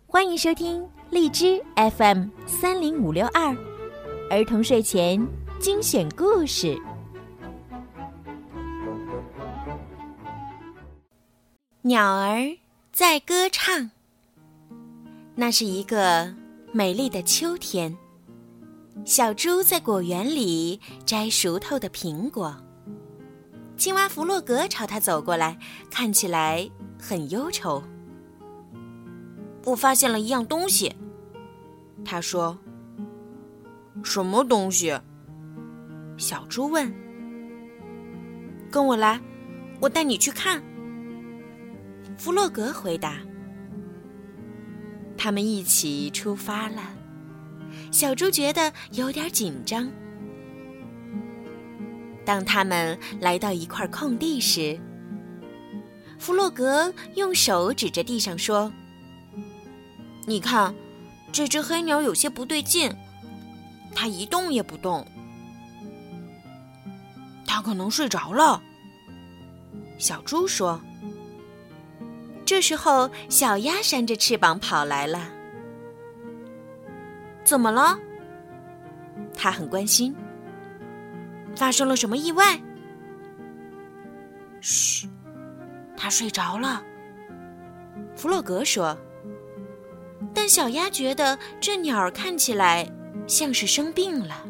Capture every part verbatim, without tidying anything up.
欢迎收听荔枝 F M 三零五六二儿童睡前精选故事。鸟儿在歌唱。那是一个美丽的秋天，小猪在果园里摘熟透的苹果。青蛙弗洛格朝他走过来，看起来很忧愁。我发现了一样东西，他说。 什么东西？ 小猪问。跟我来，我带你去看。弗洛格回答。他们一起出发了，小猪觉得有点紧张。当他们来到一块空地时，弗洛格用手指着地上说：你看，这只黑鸟有些不对劲，它一动也不动。 它可能睡着了， 小猪说。这时候，小鸭扇着翅膀跑来了。怎么了？它很关心。发生了什么意外？ 嘘，它睡着了， 弗洛格说。但小鸭觉得这鸟儿看起来像是生病了。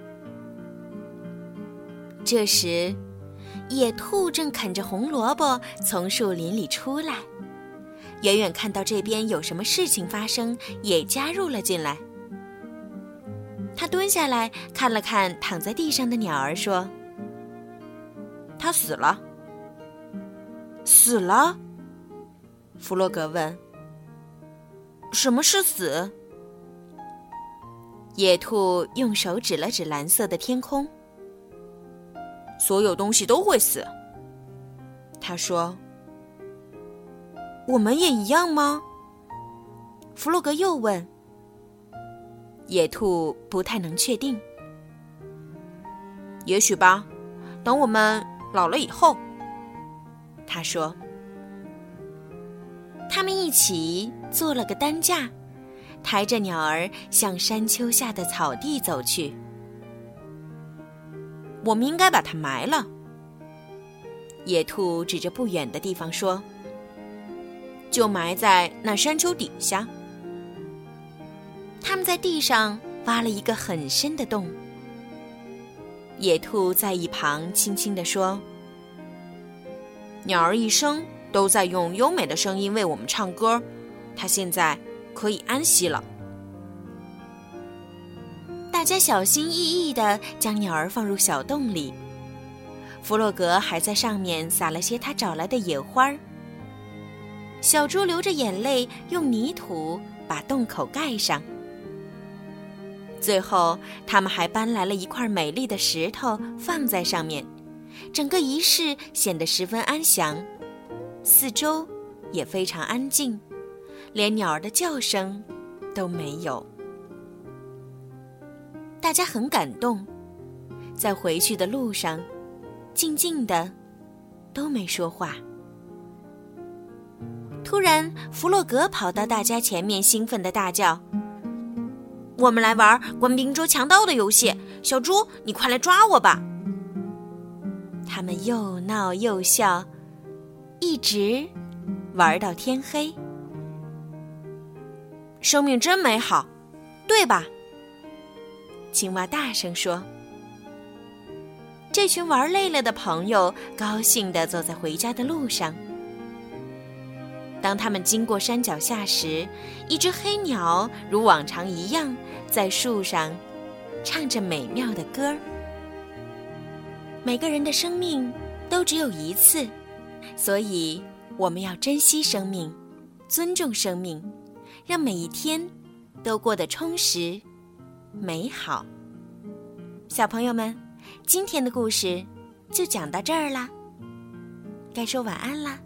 这时，野兔正啃着红萝卜从树林里出来，远远看到这边有什么事情发生，也加入了进来。他蹲下来看了看躺在地上的鸟儿，说：它死了。 死了？ 弗洛格问。什么是死？野兔用手指了指蓝色的天空。 所有东西都会死， 他说。我们也一样吗？弗洛格又问。野兔不太能确定。 也许吧，等我们老了以后， 他说。他们一起做了个担架，抬着鸟儿向山丘下的草地走去。 我们应该把它埋了， 野兔指着不远的地方说。 就埋在那山丘底下。 他们在地上挖了一个很深的洞。野兔在一旁轻轻地说： 鸟儿一生都在用优美的声音为我们唱歌，它现在可以安息了。 大家小心翼翼地将鸟儿放入小洞里，弗洛格还在上面撒了些他找来的野花。小猪流着眼泪用泥土把洞口盖上。最后他们还搬来了一块美丽的石头放在上面，整个仪式显得十分安详，四周也非常安静，连鸟儿的叫声都没有。大家很感动，在回去的路上静静的都没说话。突然弗洛格跑到大家前面，兴奋地大叫：我们来玩官兵捉强盗的游戏，小猪，你快来抓我吧。他们又闹又笑，一直玩到天黑。 生命真美好，对吧？ 青蛙大声说。这群玩累了的朋友高兴地走在回家的路上。当他们经过山脚下时，一只黑鸟如往常一样在树上唱着美妙的歌儿。每个人的生命都只有一次，所以我们要珍惜生命，尊重生命，让每一天都过得充实美好。小朋友们，今天的故事就讲到这儿啦，该说晚安啦。